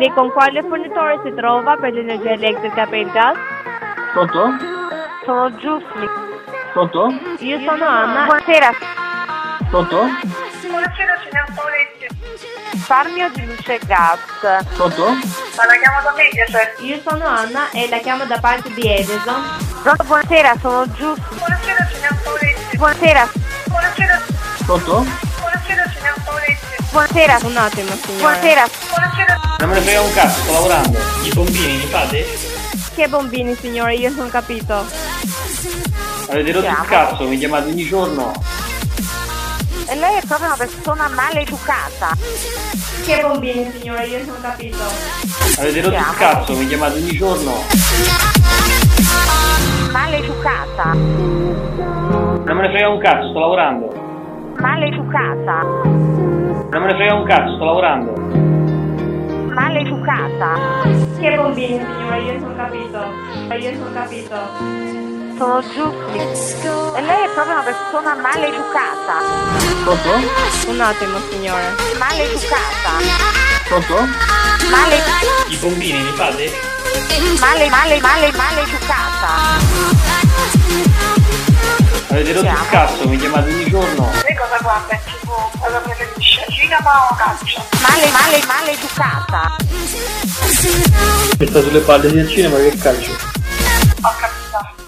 Lei con quale fornitore si trova per l'energia elettrica per il gas? Pronto? Sono Giuffri. Pronto? Io sono Anna. Buonasera. Pronto? Buonasera signor Paoletti. Risparmio di luce e gas. Pronto? Ma la chiamo da Mediaset. Io sono Anna e la chiamo da parte di Edison. Pronto, buonasera, sono Giuffri. Buonasera signor Paoletti. Buonasera. Buonasera. Pronto? Buonasera signor Paoletti. Buonasera. Un attimo, signora. Buonasera. Buonasera. Non me ne frega un cazzo, sto lavorando. I bombini li fate? Che bombini, signore? Io non ho capito. Avete rotto il cazzo, mi chiamate ogni giorno. E lei è proprio una persona maleducata. Che bombini, signore? Io non ho capito. Avete rotto il cazzo, mi chiamate ogni giorno. Maleducata. Non me ne frega un cazzo, sto lavorando. Maleducata. Non me ne frega un cazzo, sto lavorando. Maleducata. Che bombini, signore? Io non ho capito. Io non ho capito. Sono Giuffri. E lei è proprio una persona maleducata. Pronto? Un attimo, signore. Maleducata. Pronto? I bombini li fate? Maleducata. Avete rotto il cazzo, mi chiamate ogni giorno. Lei cosa guarda in TV? Cosa preferisce? Cinema o calcio? Maleducata. Mi sta sulle palle sia il cinema che il calcio. Ho capito.